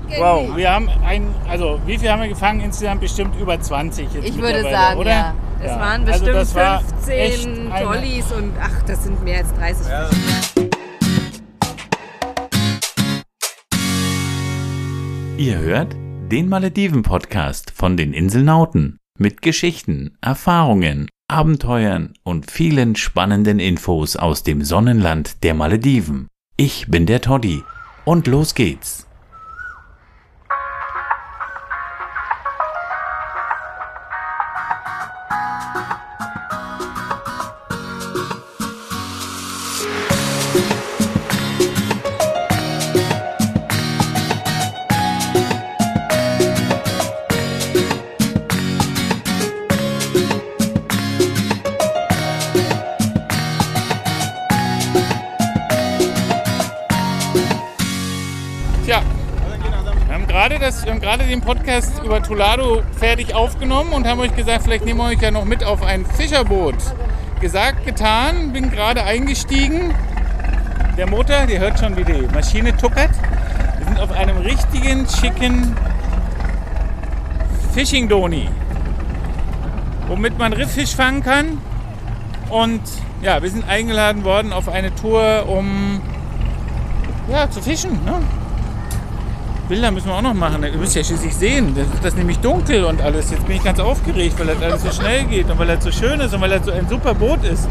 Wow, wir haben also wie viel haben wir gefangen? Insgesamt bestimmt über 20 jetzt Ich würde sagen, oder? ja. Es waren bestimmt das war 15 Jollies und das sind mehr als 30 Ja. Fische. Ihr hört den Malediven-Podcast von den Inselnauten mit Geschichten, Erfahrungen, Abenteuern und vielen spannenden Infos aus dem Sonnenland der Malediven. Ich bin der Toddy und los geht's. Tja, wir haben gerade den Podcast über Toledo fertig aufgenommen und haben euch gesagt, vielleicht nehmen wir euch ja noch mit auf ein Fischerboot. Gesagt, getan, bin gerade eingestiegen. Der Motor, ihr hört schon, wie die Maschine tuckert. Wir sind auf einem richtigen, schicken Fishing Doni, womit man Rifffisch fangen kann. Und ja, wir sind eingeladen worden auf eine Tour, um zu fischen. Ne? Bilder müssen wir auch noch machen. Ihr müsst ja schließlich sehen. Das ist nämlich dunkel und alles. Jetzt bin ich ganz aufgeregt, weil das alles so schnell geht und weil das so schön ist und weil das so ein super Boot ist.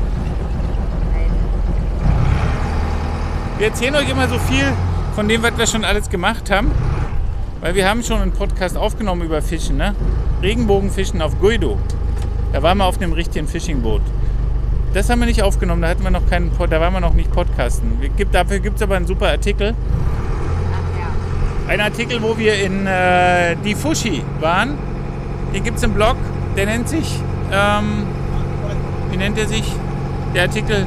Wir erzählen euch immer so viel von dem, was wir schon alles gemacht haben. Weil wir haben schon einen Podcast aufgenommen über Fischen. Ne? Regenbogenfischen auf Guido. Da waren wir auf einem richtigen Fishingboot. Das haben wir nicht aufgenommen. Da waren wir noch nicht podcasten. Dafür gibt es aber einen super Artikel. Ein Artikel, wo wir in die Fushi waren. Den gibt es im Blog. Der nennt sich, wie nennt er sich? Der Artikel.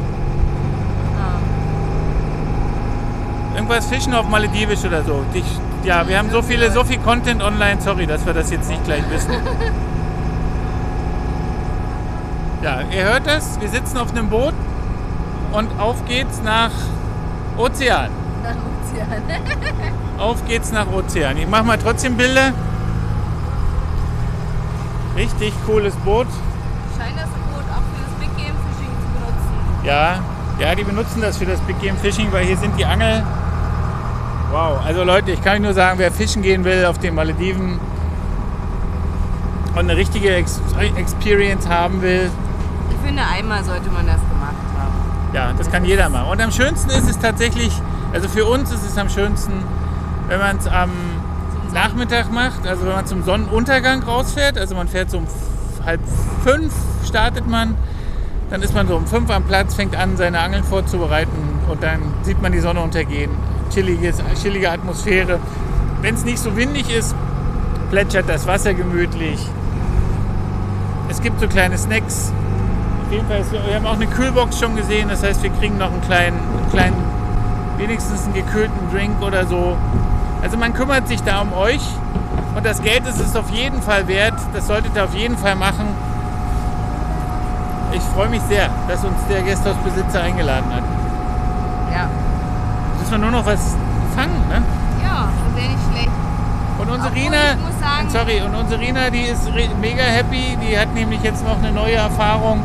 Irgendwas Fischen auf Maledivisch oder so. Wir haben so viel Content online. Sorry, dass wir das jetzt nicht gleich wissen. Ja, ihr hört das. Wir sitzen auf einem Boot und auf geht's nach Ozean. Auf geht's nach Ozean. Ich mache mal trotzdem Bilder. Richtig cooles Boot. Scheint das Boot auch für das Big Game Fishing zu benutzen? Ja, die benutzen das für das Big Game Fishing, weil hier sind die Angel. Wow, also Leute, ich kann euch nur sagen, wer fischen gehen will auf den Malediven und eine richtige Experience haben will. Ich finde, einmal sollte man das gemacht haben. Ja, das kann jeder machen. Und am schönsten ist es tatsächlich, also für uns ist es am schönsten, wenn man es am Nachmittag macht, also wenn man zum Sonnenuntergang rausfährt, also man fährt so um 4:30 startet man, dann ist man so um 5 am Platz, fängt an, seine Angeln vorzubereiten und dann sieht man die Sonne untergehen. Chillige Atmosphäre. Wenn es nicht so windig ist, plätschert das Wasser gemütlich. Es gibt so kleine Snacks. Auf jeden Fall, wir haben auch eine Kühlbox schon gesehen, das heißt, wir kriegen noch einen kleinen wenigstens einen gekühlten Drink oder so. Also man kümmert sich da um euch und das Geld ist es auf jeden Fall wert. Das solltet ihr auf jeden Fall machen. Ich freue mich sehr, dass uns der Gästehausbesitzer eingeladen hat. Ja. Müssen wir nur noch was fangen, ne? Ja, das wäre nicht schlecht. Und unsere Obwohl, Rina, ich muss sagen, und unsere Rina, die ist mega happy. Die hat nämlich jetzt noch eine neue Erfahrung.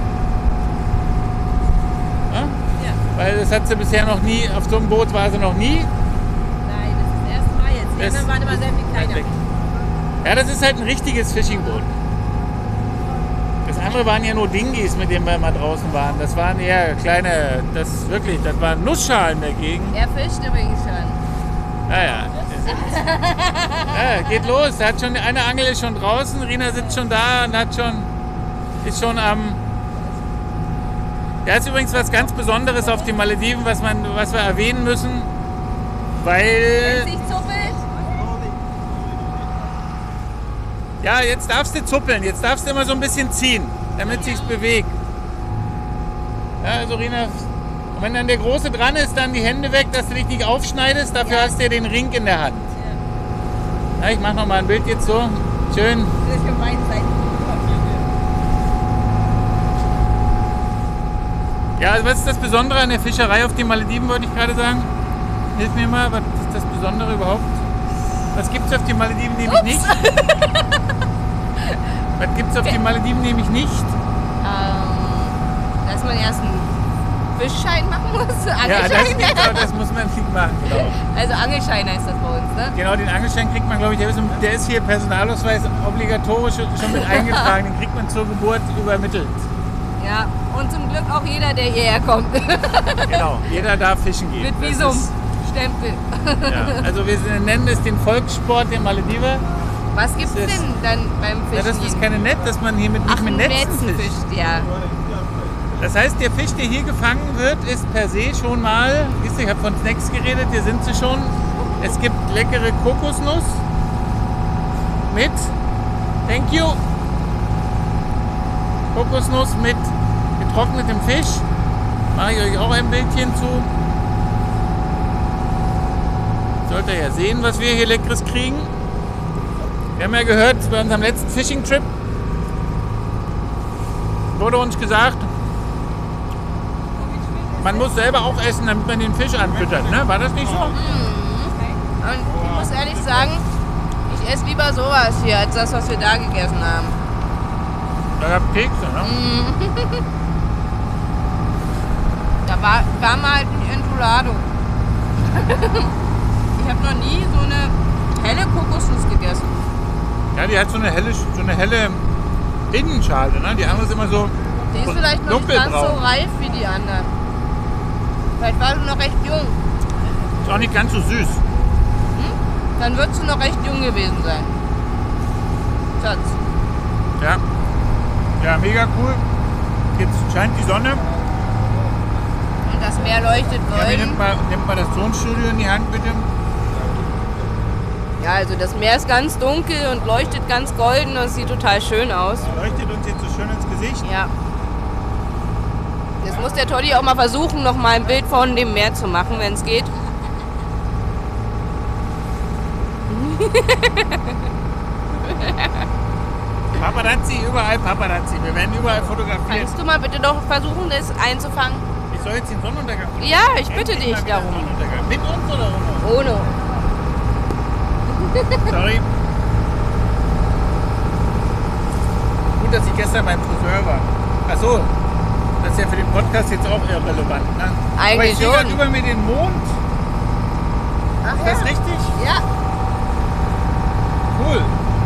Ja? Ja. Weil das hat sie bisher noch nie, auf so einem Boot war sie noch nie. Nein, das ist das erste Mal jetzt. Die anderen waren immer sehr viel kleiner. Ja, das ist halt ein richtiges Fishingboot. Das andere waren ja nur Dinghies, mit denen wir mal draußen waren. Das waren eher kleine, das waren Nussschalen dagegen. Er fischt übrigens schon. Ja. Ja, geht los. Eine Angel ist schon draußen, Rina sitzt schon da und ist schon am... Ja, ist übrigens was ganz Besonderes auf den Malediven, was wir erwähnen müssen, weil... Wenn es sich zuppelt. Ja, jetzt darfst du zuppeln, jetzt darfst du immer so ein bisschen ziehen, damit es sich bewegt. Ja, also Rina, und wenn dann der Große dran ist, dann die Hände weg, dass du dich nicht aufschneidest, dafür hast du ja den Ring in der Hand. Ja, ich mache nochmal ein Bild jetzt so, schön. Das ist für beide Seiten. Ja, also was ist das Besondere an der Fischerei auf den Malediven, wollte ich gerade sagen? Hilf mir mal, was ist das Besondere überhaupt? Was gibt's auf den Malediven nämlich nicht? Was gibt's auf den Malediven nämlich nicht? Dass man erst einen Fischschein machen muss. Angelschein. Das muss man nicht machen, genau. Also Angelschein heißt das bei uns, ne? Genau, den Angelschein kriegt man, glaube ich, der ist hier Personalausweis obligatorisch schon mit eingetragen. Den kriegt man zur Geburt übermittelt. Ja, und zum Glück auch jeder, der hierher kommt. Genau, jeder darf fischen gehen. Mit Visum, Stempel. Ja, also wir nennen es den Volkssport der Malediver. Was gibt es denn dann beim Fischen? Ja, das ist keine Netz, dass man hier mit Netzen fischt. Ja. Das heißt, der Fisch, der hier gefangen wird, ist per se schon mal, ich habe von Snacks geredet, hier sind sie schon. Es gibt leckere Kokosnuss mit, thank you, Kokosnuss mit getrocknetem Fisch. Mache ich euch auch ein Bildchen zu. Sollt ihr ja sehen, was wir hier Leckeres kriegen. Wir haben ja gehört, bei unserem letzten Fishing-Trip wurde uns gesagt, man muss selber auch essen, damit man den Fisch anfüttert. Ne? War das nicht so? Und ich muss ehrlich sagen, ich esse lieber sowas hier, als das, was wir da gegessen haben. Da gab es Kekse, ne? Da war mal halt ein Enchilado. Ich habe noch nie so eine helle Kokosnuss gegessen. Ja, die hat so eine helle Innenschale, ne? Die andere ist immer so die ist vielleicht noch nicht ganz so reif wie die anderen. Vielleicht war sie noch recht jung. Ist auch nicht ganz so süß. Dann wird sie noch recht jung gewesen sein. Schatz. Ja. Ja, mega cool. Jetzt scheint die Sonne. Und das Meer leuchtet golden. Ja, nimmt mal das Tonstudio in die Hand, bitte. Ja, also das Meer ist ganz dunkel und leuchtet ganz golden und sieht total schön aus. Leuchtet uns jetzt so schön ins Gesicht. Ja. Jetzt muss der Toddy auch mal versuchen, noch mal ein Bild von dem Meer zu machen, wenn es geht. Paparazzi, überall Paparazzi. Wir werden überall fotografiert. Kannst du mal bitte doch versuchen, das einzufangen? Ich soll jetzt den Sonnenuntergang fotografieren? Ja, ich bitte dich darum. Mit uns oder ohne? Ohne. Sorry. Gut, dass ich gestern beim Friseur war. Achso, das ist ja für den Podcast jetzt auch irrelevant. Ne? Eigentlich aber ich sehe schon. gerade über mir den Mond. Ach, ist das richtig? Ja. Cool.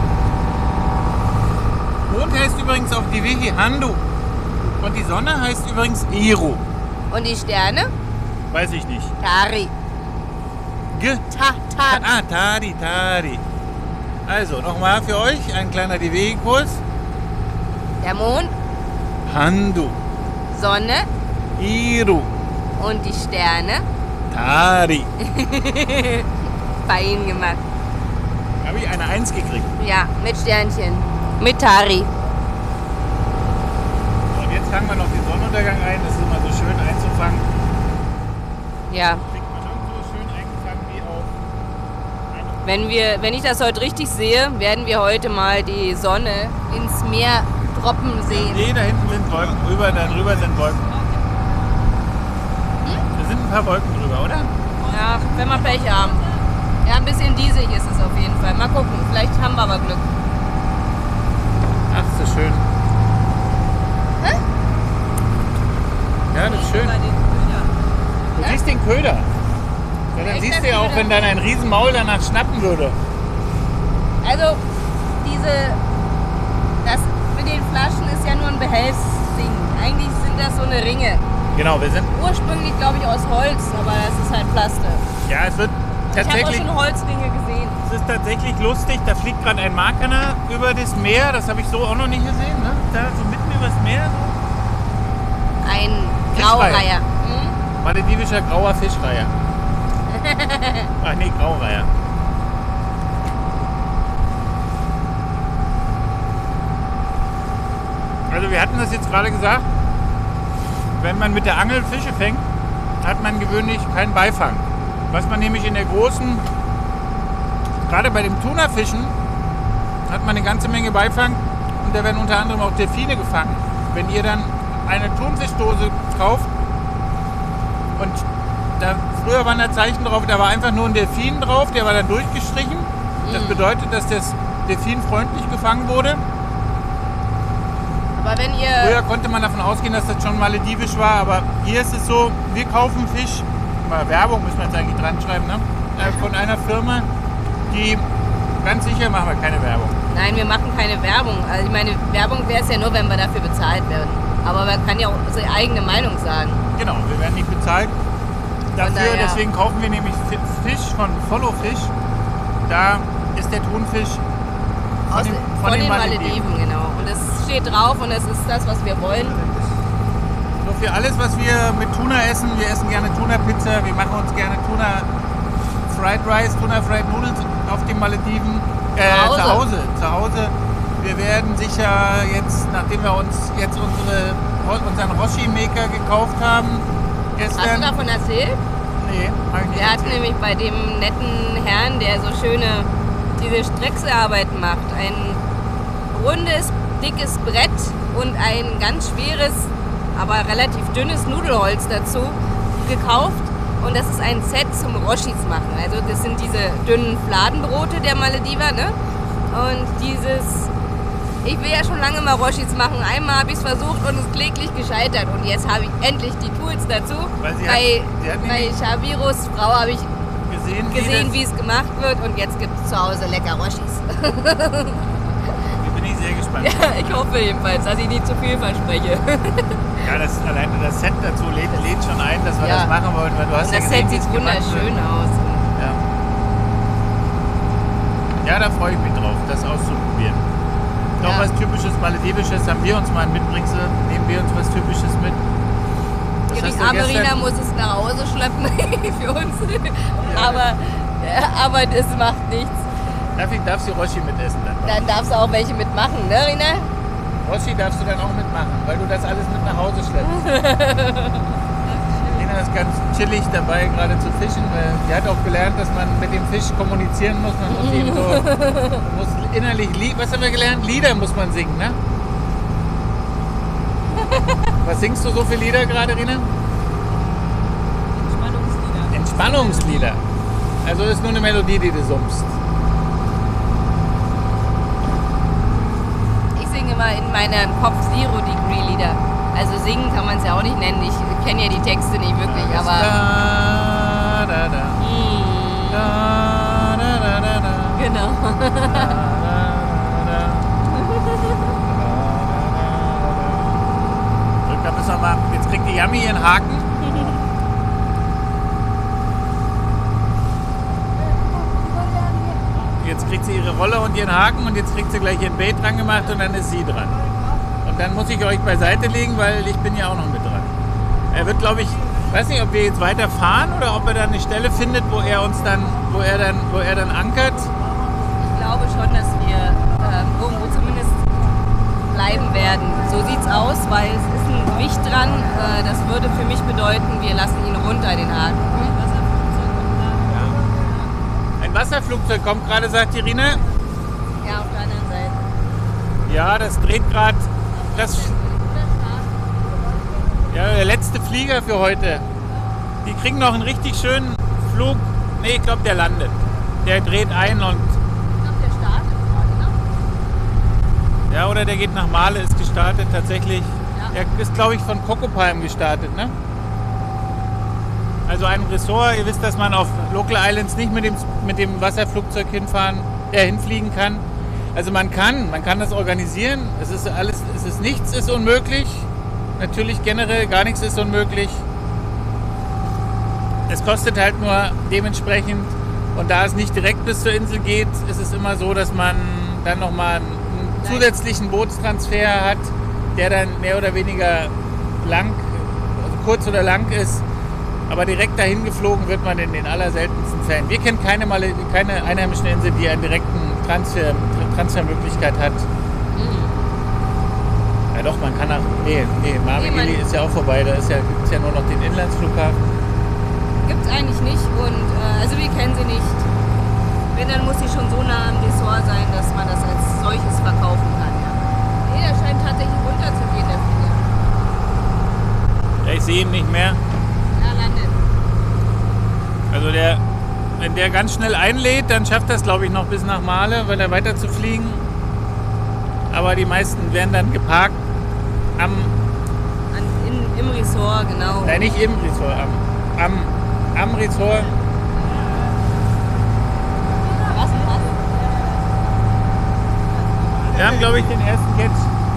Mond heißt übrigens auch Divihi Handu. Und die Sonne heißt übrigens Iru. Und die Sterne? Weiß ich nicht. Tari. Tari. Also, nochmal für euch ein kleiner Divihi-Kurs. Der Mond. Handu. Sonne. Iru. Und die Sterne. Tari. Fein gemacht. Habe ich eine 1 gekriegt. Ja, mit Sternchen. Mit Tari. Und jetzt fangen wir noch den Sonnenuntergang ein. Das ist immer so schön einzufangen. Ja. Kriegt man irgendwo schön eingefangen wie auf. Wenn ich das heute richtig sehe, werden wir heute mal die Sonne ins Meer droppen sehen. Nee, da hinten sind Wolken drüber, dann drüber sind Wolken. Da sind ein paar Wolken drüber, oder? Ja, wenn wir Pech haben. Ja, ein bisschen diesig ist es auf jeden Fall. Mal gucken, vielleicht haben wir aber Glück. Ach, ist das schön. Hä? Ja, das ist schön. Du siehst den Köder. Ja, dann siehst du ja auch, wenn dann ein Riesenmaul danach schnappen würde. Also, das mit den Flaschen ist ja nur ein Behelfsding. Eigentlich sind das so eine Ringe. Genau, wir sind Ursprünglich, glaube ich, aus Holz, aber das ist halt Plastik. Ja, es wird Ich habe auch tatsächlich. schon Holzringe gesehen. Es ist tatsächlich lustig. Da fliegt gerade ein Markana über das Meer. Das habe ich so auch noch nicht gesehen. Ne? Da so mitten übers Meer. So. Ein Graureiher. Maledivischer grauer Fischreiher. Ach nee, Graureiher. Also wir hatten das jetzt gerade gesagt, wenn man mit der Angel Fische fängt, hat man gewöhnlich keinen Beifang. Was man nämlich in der großen, gerade bei dem Thunafischen, hat man eine ganze Menge Beifang und da werden unter anderem auch Delfine gefangen. Wenn ihr dann eine Thunfischdose kauft und da früher waren da Zeichen drauf, da war einfach nur ein Delfin drauf, der war dann durchgestrichen Das bedeutet, dass das Delfin freundlich gefangen wurde. Aber wenn ihr... Früher konnte man davon ausgehen, dass das schon maledivisch war, aber hier ist es so, wir kaufen Fisch, mal Werbung müssen wir jetzt eigentlich dran schreiben, ne? Von einer Firma, die, ganz sicher machen wir keine Werbung. Nein, wir machen keine Werbung. Also ich meine, Werbung wäre es ja nur, wenn wir dafür bezahlt werden. Aber man kann ja auch seine eigene Meinung sagen. Genau, wir werden nicht bezahlt dafür, daher- deswegen kaufen wir nämlich Fisch von Follow Fish. Da ist der Thunfisch Von den Malediven, genau. Und es steht drauf und es ist das, was wir wollen. So für alles, was wir mit Tuna essen, wir essen gerne Tuna-Pizza, wir machen uns gerne Tuna-Fried Rice, Tuna-Fried Noodles auf den Malediven. Zu Hause. Wir werden sicher jetzt, nachdem wir uns jetzt unseren Roshi-Maker gekauft haben, Hast du davon erzählt? Nee, hab ich nicht Wir hatten erzählt. nämlich bei dem netten Herrn, der so schöne diese Strecksearbeiten macht, ein rundes, dickes Brett und ein ganz schweres, aber relativ dünnes Nudelholz dazu gekauft. Und das ist ein Set zum Roshis machen. Also das sind diese dünnen Fladenbrote der Malediver, ne? Und ich will ja schon lange mal Roshis machen. Einmal habe ich es versucht und es ist kläglich gescheitert. Und jetzt habe ich endlich die Tools dazu. Weil sie Bei hat nämlich Shaviros Frau habe ich gesehen, wie das, es gemacht wird. Und jetzt gibt es zu Hause lecker Roshis. da bin ich sehr gespannt. Ich hoffe jedenfalls, dass ich nicht zu viel verspreche. Ja, alleine das Set dazu lädt schon ein, dass wir Ja. das machen wollen, weil du hast Und ja das gesehen, Set wie es sieht gemacht wunderschön wird. aus. Ja, da freue ich mich drauf, das auszuprobieren. Noch Ja. was typisches Maledivisches haben wir uns mal ein Mitbringsel, nehmen wir uns was Typisches mit. Was Ja, hast die du Amerina gestern- muss es nach Hause schleppen für uns. Aber das macht nichts. Darf sie Roshi mitessen dann? Dann darfst du auch welche mitmachen, ne, Rina? Roshi darfst du dann auch mitmachen, weil du das alles mit nach Hause schleppst. Lena ist ganz chillig dabei, gerade zu fischen, weil sie hat auch gelernt, dass man mit dem Fisch kommunizieren muss. Man muss ihm muss innerlich, was haben wir gelernt? Lieder muss man singen, ne? Was singst du so für Lieder gerade, Rina? Entspannungslieder. Also ist nur eine Melodie, die du summst. Ich singe immer in meinem Kopf Zero-Degree-Lieder. Also singen kann man es ja auch nicht nennen. Ich kenne ja die Texte nicht wirklich, aber... Da, da, da. Da, da, da, da, da. Genau. Da, da, da, da. Drück, da müssen wir mal. Jetzt kriegt die Yami ihren Haken. Jetzt kriegt sie ihre Rolle und ihren Haken und jetzt kriegt sie gleich ihren Bait dran gemacht und dann ist sie dran. Und dann muss ich euch beiseite legen, weil ich bin ja auch noch mit dran. Er wird, glaube ich, weiß nicht, ob wir jetzt weiterfahren oder ob er dann eine Stelle findet, wo er dann ankert. Ich glaube schon, dass wir irgendwo zumindest bleiben werden. So sieht's aus, weil es ist ein Gewicht dran. Das würde für mich bedeuten, wir lassen ihn runter, den Haken. Ein Wasserflugzeug kommt gerade, sagt Irina. Ja, auf der anderen Seite. Ja, das dreht gerade. Ja, der letzte Flieger für heute. Die kriegen noch einen richtig schönen Flug. Nee, ich glaube, der landet. Der dreht ein und. Ich glaube, der startet gerade, ne? Ja, oder der geht nach Male, ist gestartet tatsächlich. Ja. Der ist, glaube ich, von Cocopalm gestartet, ne? Also ein Ressort, ihr wisst, dass man auf Local Islands nicht mit dem Wasserflugzeug hinfliegen kann. Also man kann das organisieren. Nichts ist unmöglich. Natürlich generell gar nichts ist unmöglich. Es kostet halt nur dementsprechend, und da es nicht direkt bis zur Insel geht, ist es immer so, dass man dann nochmal einen zusätzlichen Bootstransfer hat, der dann mehr oder weniger lang, also kurz oder lang ist. Aber direkt dahin geflogen wird man in den allerseltensten Fällen. Wir kennen keine einheimischen Insel, die einen direkten Transfermöglichkeit hat. Ja doch, man kann nach... Nee, Marvigili ist ja auch vorbei. Da gibt es ja nur noch den Inlandsflughafen. Gibt es eigentlich nicht und also wir kennen sie nicht. Wenn, dann muss sie schon so nah am Ressort sein, dass man das als solches verkaufen kann. Ja. Nee, der scheint tatsächlich runterzugehen, der Flieger. Ja, ich sehe ihn nicht mehr. Ja, landet. Also der Wenn der ganz schnell einlädt, dann schafft das, glaube ich, noch bis nach Male, weil er weiter zu fliegen. Aber die meisten werden dann geparkt Im Resort, genau. Nein, nicht im Resort, am Resort. Was? Wir haben, glaube ich, den ersten Catch.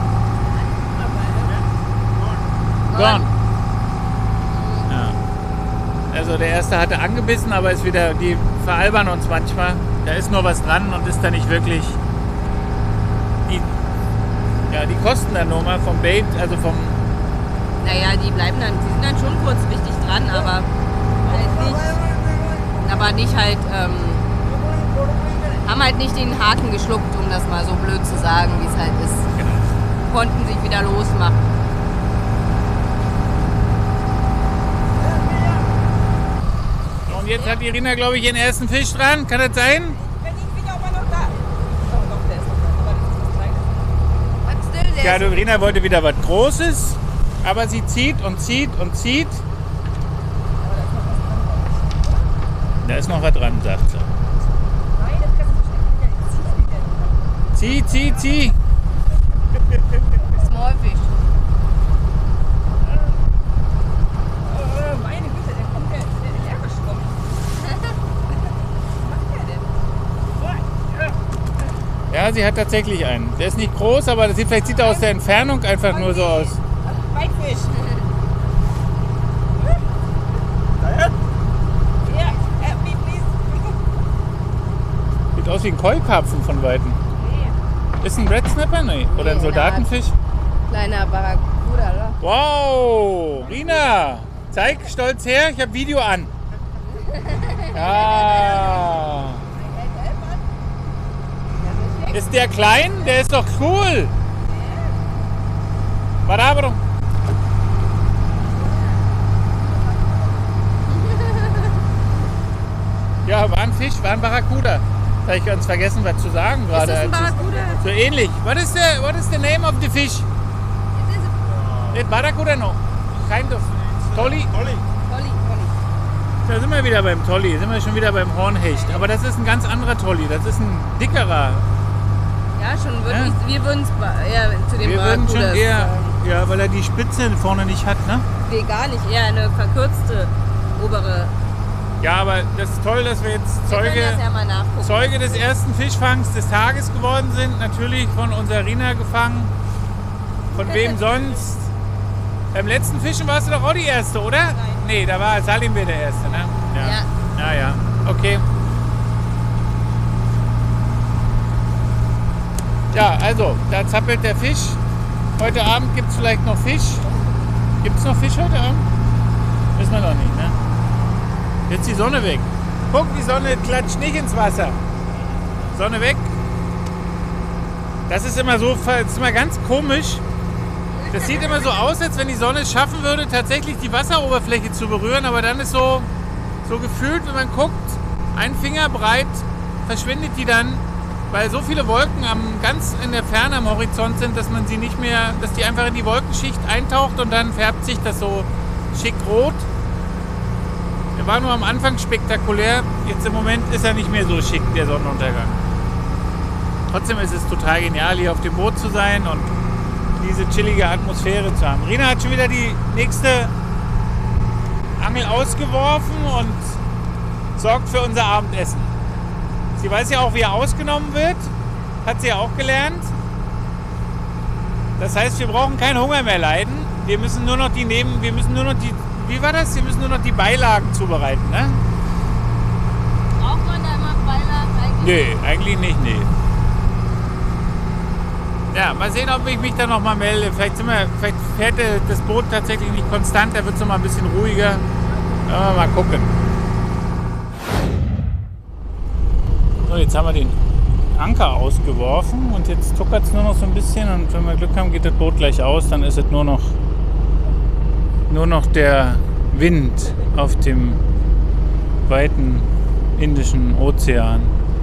Gone. Ja. Also der erste hatte angebissen, aber ist wieder, die veralbern uns manchmal. Da ist nur was dran und ist da nicht wirklich die Kosten dann nur mal vom Bait, also vom... Naja, die sind dann schon kurz richtig dran, aber haben halt nicht den Haken geschluckt, um das mal so blöd zu sagen, wie es halt ist. Genau. Konnten sich wieder losmachen. Und jetzt hat Irina, glaube ich, ihren ersten Fisch dran. Kann das sein? Ja, Irina wollte wieder was Großes, aber sie zieht und zieht und zieht. Da ist noch was dran, sagt sie. Zieh. Small Fish. Meine Güte, der kommt ja leer geschwommen. Was macht der denn? Ja, sie hat tatsächlich einen. Der ist nicht groß, aber vielleicht sieht er aus der Entfernung einfach nur so aus. Weitfisch. Ja, help me please. Sieht aus wie ein Keukarpfen von Weitem. Ist ein Red Snapper? Nee. Oder ein Nee, Soldatenfisch? Kleiner Barracuda, oder? Wow, Rina, zeig stolz her, ich habe Video an. Ja. Ist der klein? Der ist doch cool. Barabro. Ja, war ein Fisch, war ein Barracuda. Habe ich ganz vergessen, was zu sagen gerade. Ist das ein Barracuda? So ähnlich. What is the name of the fish? It Barracuda no. Kind of. Tolli. Polly. Da sind wir wieder beim Tolli. Sind wir schon wieder beim Hornhecht. Aber das ist ein ganz anderer Tolli. Das ist ein dickerer. Ja, schon wirklich. Ja. Wir würden es eher zu dem Wir würden schon Barracudas eher, sagen. ja, weil er die Spitze vorne nicht hat, ne? Nee, gar nicht. Eher eine verkürzte obere. Ja, aber das ist toll, dass wir jetzt Wir können das ja mal nachgucken. Zeuge des ersten Fischfangs des Tages geworden sind. Natürlich von unserer Rina gefangen. Von wem sonst? Beim letzten Fischen warst du doch auch die Erste, oder? Nein. Nee, da war Salim der Erste, ne? Ja. Ja. Okay. Ja, also, da zappelt der Fisch. Heute Abend gibt es vielleicht noch Fisch. Gibt es noch Fisch heute Abend? Wissen wir noch nicht, ne? Jetzt die Sonne weg. Guck, die Sonne klatscht nicht ins Wasser. Sonne weg. Das ist immer so, das ist immer ganz komisch. Das sieht immer so aus, als wenn die Sonne es schaffen würde, tatsächlich die Wasseroberfläche zu berühren. Aber dann ist so gefühlt, wenn man guckt, ein Finger breit verschwindet die dann, weil so viele Wolken ganz in der Ferne am Horizont sind, dass man sie nicht mehr, dass die einfach in die Wolkenschicht eintaucht und dann färbt sich das so schick rot. Der war nur am Anfang spektakulär, jetzt im Moment ist er nicht mehr so schick, der Sonnenuntergang. Trotzdem ist es total genial, hier auf dem Boot zu sein und diese chillige Atmosphäre zu haben. Rina hat schon wieder die nächste Angel ausgeworfen und sorgt für unser Abendessen. Sie weiß ja auch, wie er ausgenommen wird, hat sie ja auch gelernt. Das heißt, wir brauchen keinen Hunger mehr leiden. Wir müssen nur noch wie war das? Wir müssen nur noch die Beilagen zubereiten, ne? Braucht man da immer Beilagen eigentlich? Nee, eigentlich nicht, nee. Ja, mal sehen, ob ich mich da nochmal melde. Vielleicht fährt das Boot tatsächlich nicht konstant, da wird es nochmal ein bisschen ruhiger. Ja, mal gucken. So, jetzt haben wir den Anker ausgeworfen und jetzt tuckert es nur noch so ein bisschen und wenn wir Glück haben, geht das Boot gleich aus, dann ist es nur noch der Wind auf dem weiten Indischen Ozean.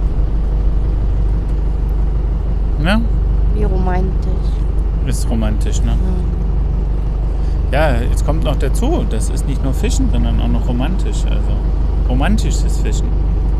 Ja? Wie romantisch. Ist romantisch, ne? Ja, jetzt kommt noch dazu, das ist nicht nur Fischen, sondern auch noch romantisch. Also romantisches Fischen.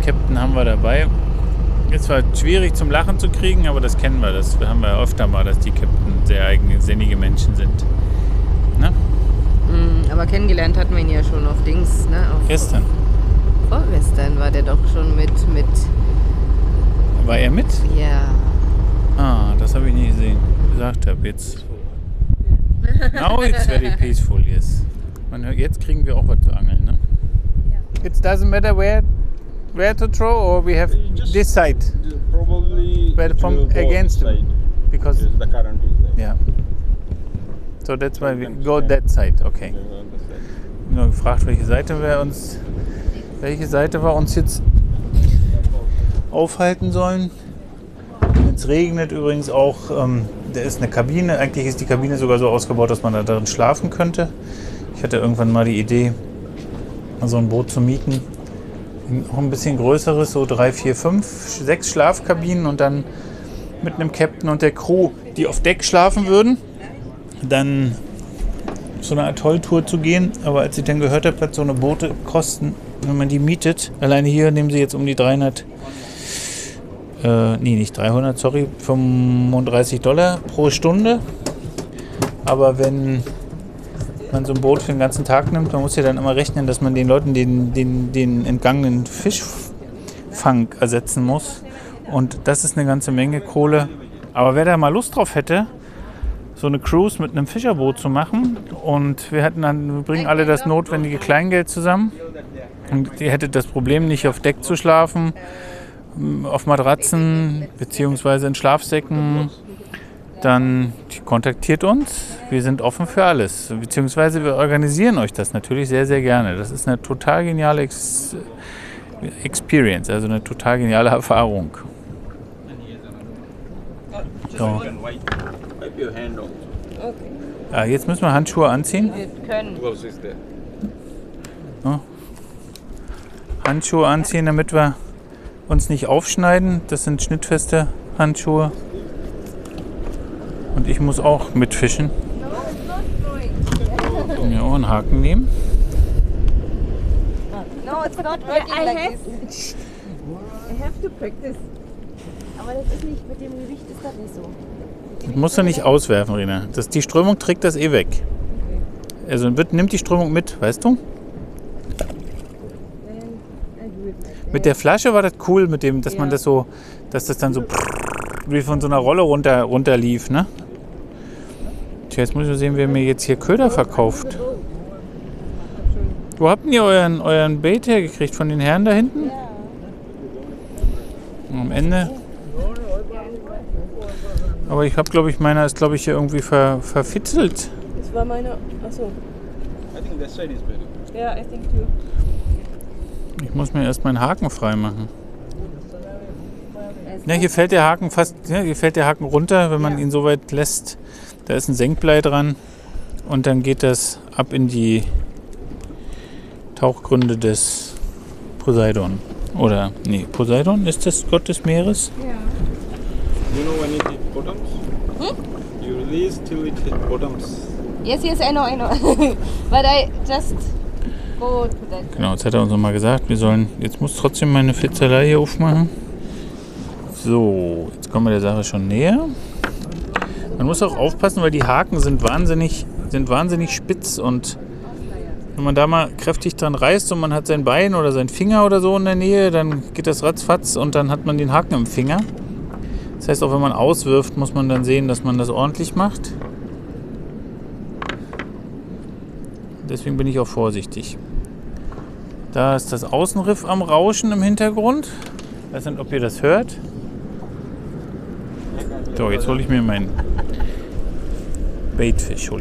Captain haben wir dabei. Es war schwierig zum Lachen zu kriegen, aber das kennen wir. Das haben wir öfter mal, dass die Captain sehr eigensinnige Menschen sind. Ne? Aber kennengelernt hatten wir ihn ja schon auf Dings, ne? Gestern. Vorgestern war der doch schon mit. War er mit? Ja. Ah, das habe ich nicht gesehen. Gesagt habe jetzt. Now it's very peaceful, yes. Man hört, jetzt kriegen wir auch was zu angeln, ne? It doesn't matter where to throw, or we have this side. Probably Where from will go against this side, because because the current is there. yeah. So that's why we go that side. Okay. On the side. Ich habe nur gefragt, welche Seite wir uns jetzt aufhalten sollen. Es regnet übrigens auch. Da ist eine Kabine. Eigentlich ist die Kabine sogar so ausgebaut, dass man da drin schlafen könnte. Ich hatte irgendwann mal die Idee, so ein Boot zu mieten. Auch ein bisschen größeres, so 3, 4, 5, 6 Schlafkabinen und dann mit einem Captain und der Crew, die auf Deck schlafen würden, dann so eine Atolltour zu gehen. Aber als ich dann gehört habe, was so eine Boote kosten, wenn man die mietet, alleine hier nehmen sie jetzt um die 35 $, pro Stunde. Aber wenn man so ein Boot für den ganzen Tag nimmt, man muss ja dann immer rechnen, dass man den Leuten den entgangenen Fischfang ersetzen muss. Und das ist eine ganze Menge Kohle. Aber wer da mal Lust drauf hätte, so eine Cruise mit einem Fischerboot zu machen, und wir bringen alle das notwendige Kleingeld zusammen, und ihr hättet das Problem nicht auf Deck zu schlafen, auf Matratzen bzw. in Schlafsäcken, dann kontaktiert uns. Wir sind offen für alles. Beziehungsweise wir organisieren euch das natürlich sehr, sehr gerne. Das ist eine total geniale Experience, also eine total geniale Erfahrung. So. Wipe your hand also. Ja, jetzt müssen wir Handschuhe anziehen. Wir können. Gloves is there. Handschuhe anziehen, damit wir uns nicht aufschneiden. Das sind schnittfeste Handschuhe. Und ich muss auch mitfischen. Ja, auch einen Haken nehmen. No, it's not working like this. I have to practice. Aber das ist nicht, mit dem Gewicht ist das nicht so. Das musst du nicht auswerfen, Rina. Die Strömung trägt das eh weg. Also nimmt die Strömung mit, weißt du? Mit der Flasche war das cool, mit dem, dass man das so, dass das dann so wie von so einer Rolle runterlief, ne? Tja, jetzt muss ich sehen, wer mir jetzt hier Köder verkauft. Wo habt ihr euren Bait hergekriegt? Von den Herren da hinten? Am Ende. Aber ich habe, glaube ich, meiner ist, glaube ich, hier irgendwie verfitzelt. Das war meine. Achso. I think that side is better. Ja, I think too. Ich muss mir erst meinen Haken frei machen. Ja, hier fällt der Haken runter, wenn man ihn so weit lässt. Da ist ein Senkblei dran und dann geht das ab in die Tauchgründe des Poseidon. Oder, nee, Poseidon ist das Gott des Meeres? Ja. You know when it hit bottoms? You release till it hit bottoms. Yes, I know. But I just go to that. Genau, jetzt hat er uns nochmal gesagt, jetzt muss trotzdem meine Fitzelei hier aufmachen. So, jetzt kommen wir der Sache schon näher. Man muss auch aufpassen, weil die Haken sind wahnsinnig spitz, und wenn man da mal kräftig dran reißt und man hat sein Bein oder sein Finger oder so in der Nähe, dann geht das ratzfatz und dann hat man den Haken im Finger. Das heißt, auch wenn man auswirft, muss man dann sehen, dass man das ordentlich macht. Deswegen bin ich auch vorsichtig. Da ist das Außenriff am Rauschen im Hintergrund. Ich weiß nicht, ob ihr das hört. So, jetzt hole ich mir meinen Baitfisch.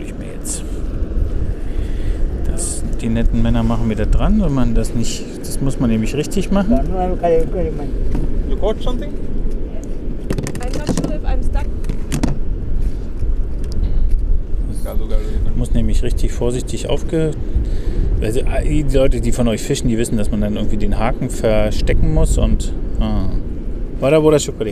Die netten Männer machen mir da dran, wenn man das nicht. Das muss man nämlich richtig machen. You caught something? I'm not sure if I'm stuck. Man muss nämlich richtig vorsichtig Also die Leute, die von euch fischen, die wissen, dass man dann irgendwie den Haken verstecken muss und. Wada boda shukriya.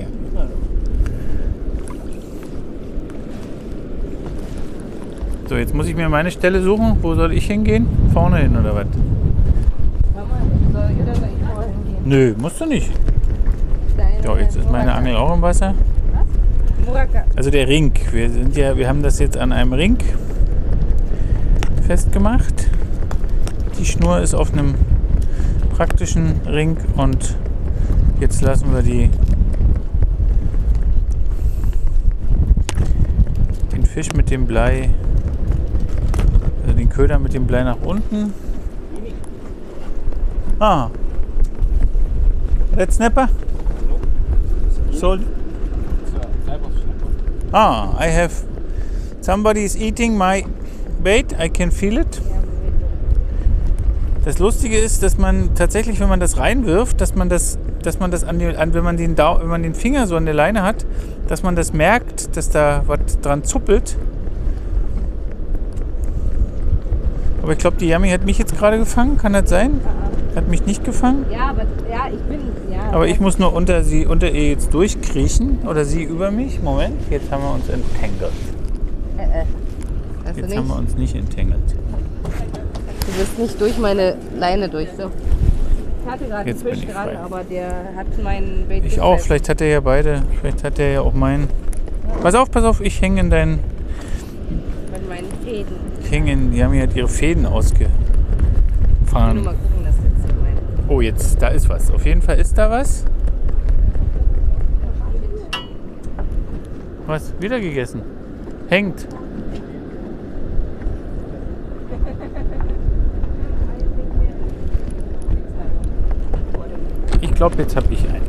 So, jetzt muss ich mir meine Stelle suchen. Wo soll ich hingehen? Vorne hin oder was? Mama, soll ich oder soll ich vorher hingehen? Nö, musst du nicht. Deine Ja, jetzt ist meine Angel auch im Wasser. Muraka. Also der Ring. Wir haben das jetzt an einem Ring festgemacht. Die Schnur ist auf einem praktischen Ring und jetzt lassen wir den Fisch mit dem Blei, also den Köder mit dem Blei nach unten. Ah. Red snapper? Sold. It's a type of snapper. Ah, I have. Somebody is eating my bait. I can feel it. Das Lustige ist, dass man tatsächlich, wenn man das reinwirft, dass man das wenn man den Finger so an der Leine hat, dass man das merkt, dass da was dran zuppelt. Aber ich glaube, die Yummy hat mich jetzt gerade gefangen. Kann das sein? Hat mich nicht gefangen. Ja, aber ich bin. Ja, Aber ich muss nur unter ihr jetzt durchkriechen. Oder sie über mich. Moment, jetzt haben wir uns entangled. Hast du Jetzt nicht? haben wir uns nicht entangled. Du bist nicht durch meine Leine durch. So. Ich hatte gerade einen Jetzt bin Fisch ich dran, frei. aber der hat meinen Bait Ich auch. Vielleicht hat er ja beide. Vielleicht hat er ja auch meinen. Pass auf. Ich hänge in deinen... Mit meinen Fäden. Die Yummy hat ihre Fäden Nur ausgefahren. mal gucken, dass jetzt so mein. Oh, jetzt, da ist was. Auf jeden Fall ist da was. Was? Wieder gegessen? Hängt. Ich glaube, jetzt habe ich einen.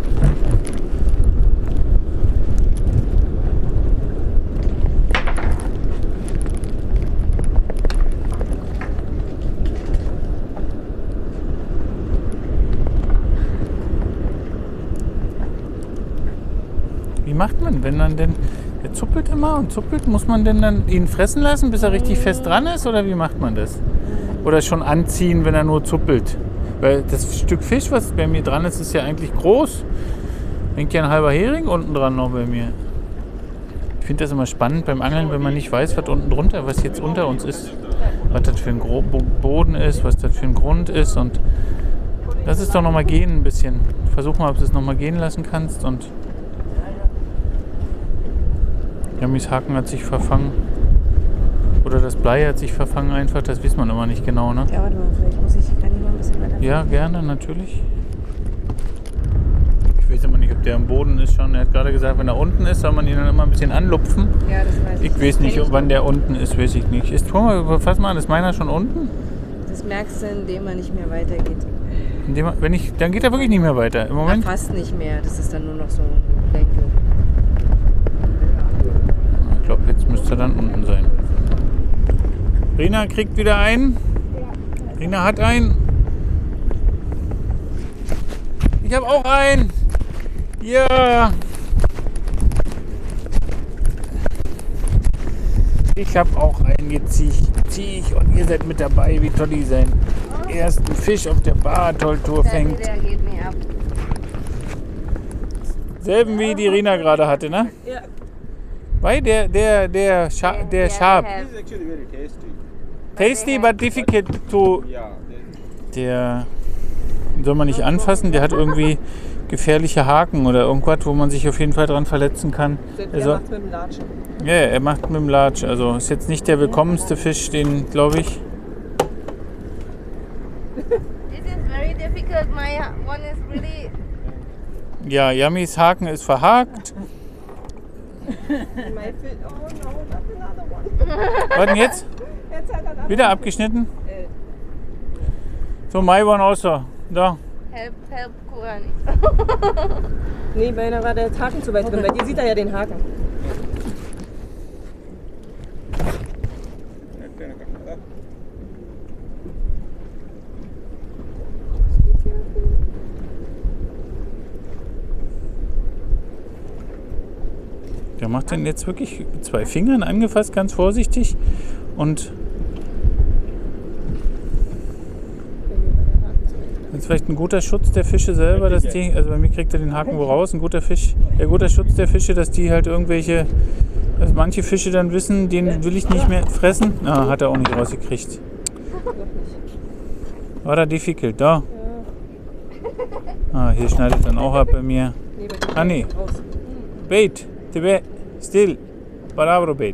Wie macht man, wenn man denn... Der zuppelt immer und zuppelt. Muss man denn dann ihn fressen lassen, bis er richtig fest dran ist? Oder wie macht man das? Oder schon anziehen, wenn er nur zuppelt? Weil das Stück Fisch, was bei mir dran ist, ist ja eigentlich groß. Hängt ja ein halber Hering unten dran noch bei mir. Ich finde das immer spannend beim Angeln, wenn man nicht weiß, was unten drunter, was jetzt unter uns ist. Was das für ein Boden ist, was das für ein Grund ist. Und lass es doch nochmal gehen ein bisschen. Versuch mal, ob du es nochmal gehen lassen kannst. Und Yammys Haken hat sich verfangen. Oder das Blei hat sich verfangen einfach. Das weiß man immer nicht genau, ne? Ja, warte mal, vielleicht kann ich mal ein bisschen weiter. Ja, gerne, natürlich. Ich weiß immer nicht, ob der am Boden ist schon. Er hat gerade gesagt, wenn er unten ist, soll man ihn dann immer ein bisschen anlupfen. Ja, das weiß ich. Ich weiß nicht, wann der unten ist, weiß ich nicht. Fass mal an, ist meiner schon unten? Das merkst du, indem er nicht mehr weitergeht. Dann geht er wirklich nicht mehr weiter. Im Moment. Ja, fast nicht mehr. Das ist dann nur noch so ein Bänkel. Ich glaube, jetzt müsste er dann unten sein. Rina kriegt wieder einen. Rina hat einen. Ich habe auch einen. Ja. Ich habe auch einen. Jetzt zieh ich und ihr seid mit dabei, wie Toddy seinen ersten Fisch auf der Baratoll-Tour fängt. Der geht mir ab. Selben wie die Rina gerade hatte, ne? Ja. Weil der Sharp. This is actually very tasty. Tasty, but difficult to... Yeah. Der soll man nicht anfassen, der hat irgendwie gefährliche Haken oder irgendwas, wo man sich auf jeden Fall dran verletzen kann. Der macht mit dem Latschen. Ja, er macht mit dem Latsch. Also ist jetzt nicht der willkommenste Fisch, den glaube ich. This is very difficult. My one is really... Ja, Yammys Haken ist verhakt. My fish. Oh no, not another one. Was denn jetzt? Jetzt hat er Wieder abgeschnitten? So, my one also. Da. Help, Kurani. Nee, meiner war der Haken zu weit drin. Bei dir sieht er ja den Haken. Der macht den jetzt wirklich mit 2 Fingern angefasst, ganz vorsichtig. Und das ist vielleicht ein guter Schutz der Fische selber, dass die, also bei mir kriegt er den Haken wo raus, ein guter Schutz der Fische, dass die halt irgendwelche, also manche Fische dann wissen, den will ich nicht mehr fressen. Ah, hat er auch nicht rausgekriegt. War da difficult, da. Ah, hier schneidet dann auch ab bei mir. Ah, nee. Bait. The bait. Still. Bravo, bait.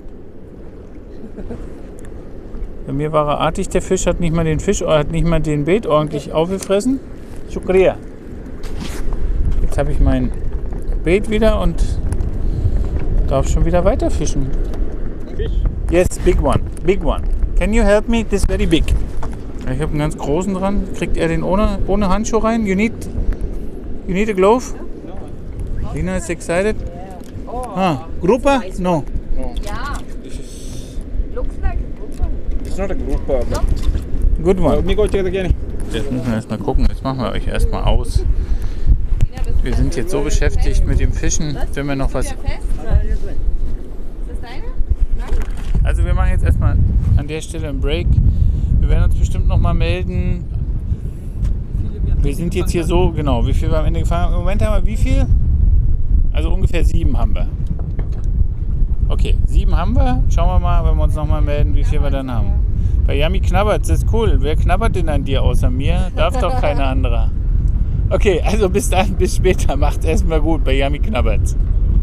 Bei mir war er artig, der Fisch hat nicht mal den Bait ordentlich aufgefressen. Shukriya. Jetzt habe ich mein Bait wieder und darf schon wieder weiter fischen. Fish. Yes, big one. Big one. Can you help me? This is very big. Ich habe einen ganz großen dran. Kriegt er den ohne Handschuh rein? You need a glove? Lina is excited. Grouper? No. Ja, This is. looks like a grouper. It's not a grouper. Good one. Let me go check it again. Jetzt müssen wir erstmal gucken. Jetzt machen wir euch erstmal aus. Wir sind jetzt so beschäftigt mit dem Fischen, wenn wir noch was. Ist das deine? Nein. Also wir machen jetzt erstmal an der Stelle einen Break. Wir werden uns bestimmt noch mal melden. Wir sind jetzt hier so, genau, wie viel wir am Ende gefangen haben. Im Moment haben wir wie viel? Also ungefähr 7 haben wir. Okay, 7 haben wir. Schauen wir mal, wenn wir uns noch mal melden, wie viel wir dann haben. Bei Yami knabbert, das ist cool. Wer knabbert denn an dir außer mir? Darf doch keiner anderer. Okay, also bis dann, bis später. Macht's erstmal gut. Bei Yami knabbert's.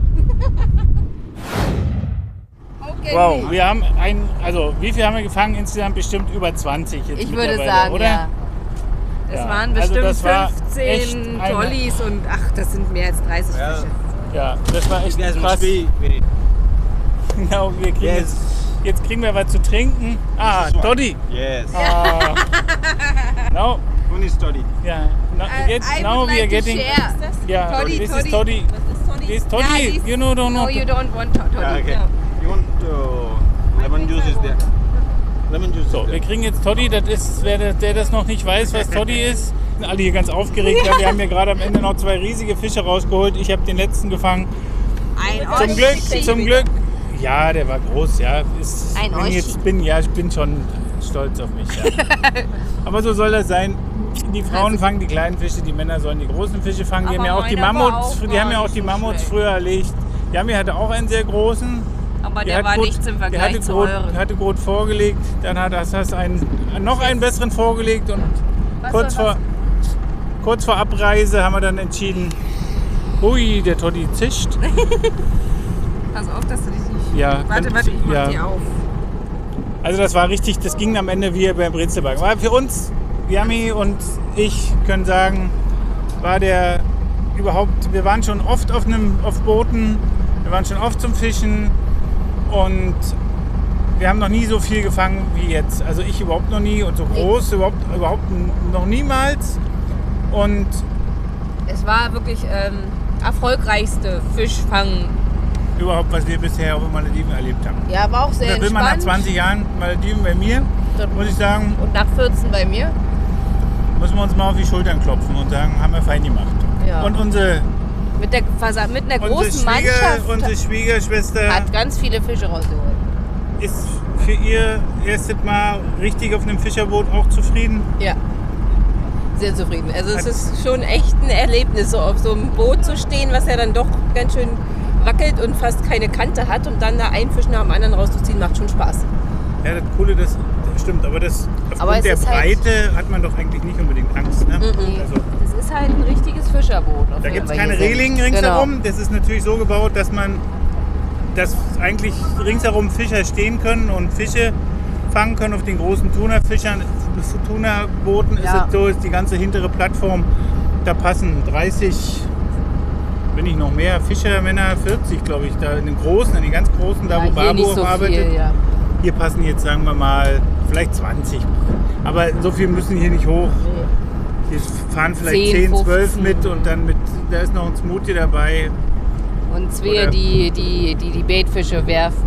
Okay. Wow, wir haben wie viel haben wir gefangen? Insgesamt bestimmt über 20 jetzt Ich würde mittlerweile, sagen, oder? ja. Es Ja, waren also bestimmt das war 15 echt eine- Jollies und ach, das sind mehr als 30 Ja. Fische. Ja, das war echt You guys krass. must be very. Genau, wir kriegen Yes. jetzt kriegen wir was zu trinken. Ah, This one. Toddy. Yes. Ah. Now, One is study. yeah. Now we are getting. Yeah, Toddy, this is Toddy. Toddy. This is Toddy. Yeah, you know, don't know. No, you don't want Toddy. Yeah, okay. No. You want lemon juice is there. Lemon juice So, is wir there. kriegen jetzt Toddy. Das ist, der das noch nicht weiß, was Toddy ist. Sind alle hier ganz aufgeregt, weil wir haben hier gerade am Ende noch 2 riesige Fische rausgeholt. Ich habe den letzten gefangen. Ein Zum Glück. Ja, der war groß, ja. Ein Oschi. Ich bin schon stolz auf mich. Ja. Aber so soll das sein. Die Frauen fangen die kleinen Fische, die Männer sollen die großen Fische fangen. Die Aber haben ja auch die meiner war Mammuts, auch die haben ja gar auch die nicht so Mammuts schlecht. früher erlegt. Yami hatte auch einen sehr großen. Aber der war nichts im Vergleich zu euren. hatte Grot vorgelegt, dann hat das noch einen besseren vorgelegt und kurz vor Abreise haben wir dann entschieden, ui, der Toddy zischt. Pass auf, dass du dich nicht... Ja, Warte, ich mach die auf. Also das war richtig, das ging am Ende wie beim Brezelbacken. War für uns, Yami und ich können sagen, wir waren schon oft auf Booten, wir waren schon oft zum Fischen und wir haben noch nie so viel gefangen wie jetzt. Also ich überhaupt noch nie und so groß überhaupt noch niemals. Und Es war wirklich erfolgreichste Fischfang. überhaupt, was wir bisher auf den Malediven erlebt haben. Ja, war auch sehr Da will man nach entspannt. 20 Jahren Malediven bei mir, muss ich sagen, Und nach 14 bei mir. müssen wir uns mal auf die Schultern klopfen und sagen, haben wir fein gemacht. Ja. Und unsere Mit einer großen Mannschaft unsere Schwiegerschwester hat ganz viele Fische rausgeholt. ist für ihr erstes Mal richtig auf einem Fischerboot auch zufrieden. Ja. Sehr zufrieden. Also es ist schon echt ein Erlebnis, so auf so einem Boot zu stehen, was ja dann doch ganz schön wackelt und fast keine Kante hat und dann da einen Fisch nach dem anderen rauszuziehen, macht schon Spaß. Ja, das Coole, das stimmt, aber aufgrund es der ist halt- Breite hat man doch eigentlich nicht unbedingt Angst. Ne? Also, Das ist halt ein richtiges Fischerboot. auf da dem gibt es wir keine hier sind. Reling ringsherum. Genau. Das ist natürlich so gebaut, dass eigentlich ringsherum Fischer stehen können und Fische fangen können auf den großen Tunafischern. Das Tuna-Booten ist Ja. es so, ist die ganze hintere Plattform, da passen 30, wenn nicht noch mehr, Fischermänner, 40 glaube ich, da in den großen, in den ganz großen, da Ja, wo hier Barbo nicht so arbeitet. viel, ja. Hier passen jetzt, sagen wir mal, vielleicht 20. Aber so viel müssen hier nicht hoch. Hier fahren vielleicht 10, 10, 12 15. mit und dann da ist noch ein Smoothie dabei. Und zwei, Oder- die Baitfische werfen.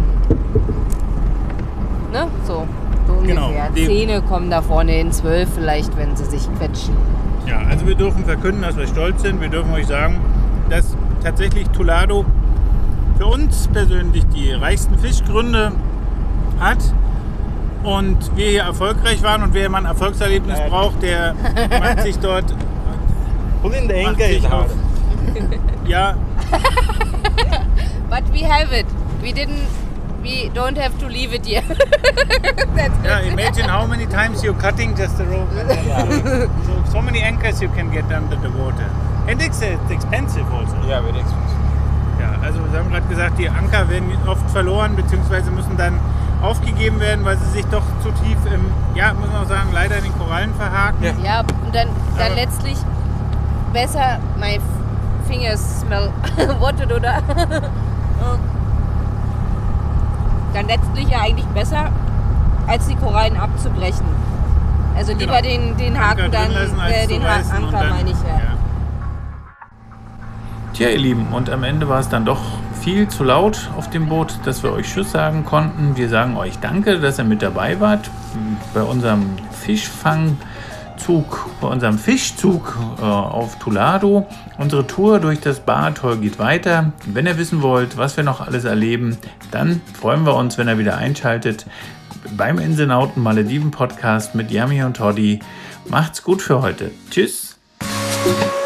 Ne? So Genau. ungefähr. Die- 10 kommen da vorne hin, 12 vielleicht, wenn sie sich quetschen. Ja, also wir dürfen verkünden, dass wir stolz sind. Wir dürfen euch sagen, dass tatsächlich Tulado für uns persönlich die reichsten Fischgründe hat und wir hier erfolgreich waren und wer mal ein Erfolgserlebnis braucht, der macht sich dort Pulling the macht anchor is sich hard. auf, ja, But we have it. We we don't have to leave it here. Yeah, imagine how many times you're cutting just the rope. So many anchors you can get under the water. And it's expensive also. Yeah, very expensive. Ja, also wir haben gerade gesagt, die Anker werden oft verloren, beziehungsweise müssen dann aufgegeben werden, weil sie sich doch zu tief muss man auch sagen, leider in den Korallen verhaken. Ja. Ja, und dann Aber- letztlich besser, my fingers smell water, oder? Dann letztlich ja eigentlich besser, als die Korallen abzubrechen. Also lieber den Haken Anker dann, drin lassen, als den zu reißen und Anker dann- meine ich, ja. Tja, ihr Lieben, und am Ende war es dann doch viel zu laut auf dem Boot, dass wir euch Tschüss sagen konnten. Wir sagen euch danke, dass ihr mit dabei wart bei unserem Fischfangzug, bei unserem Fischzug auf Tulado. Unsere Tour durch das Baatoll geht weiter. Wenn ihr wissen wollt, was wir noch alles erleben, dann freuen wir uns, wenn ihr wieder einschaltet beim Inselnauten Malediven Podcast mit Yami und Toddy. Macht's gut für heute. Tschüss.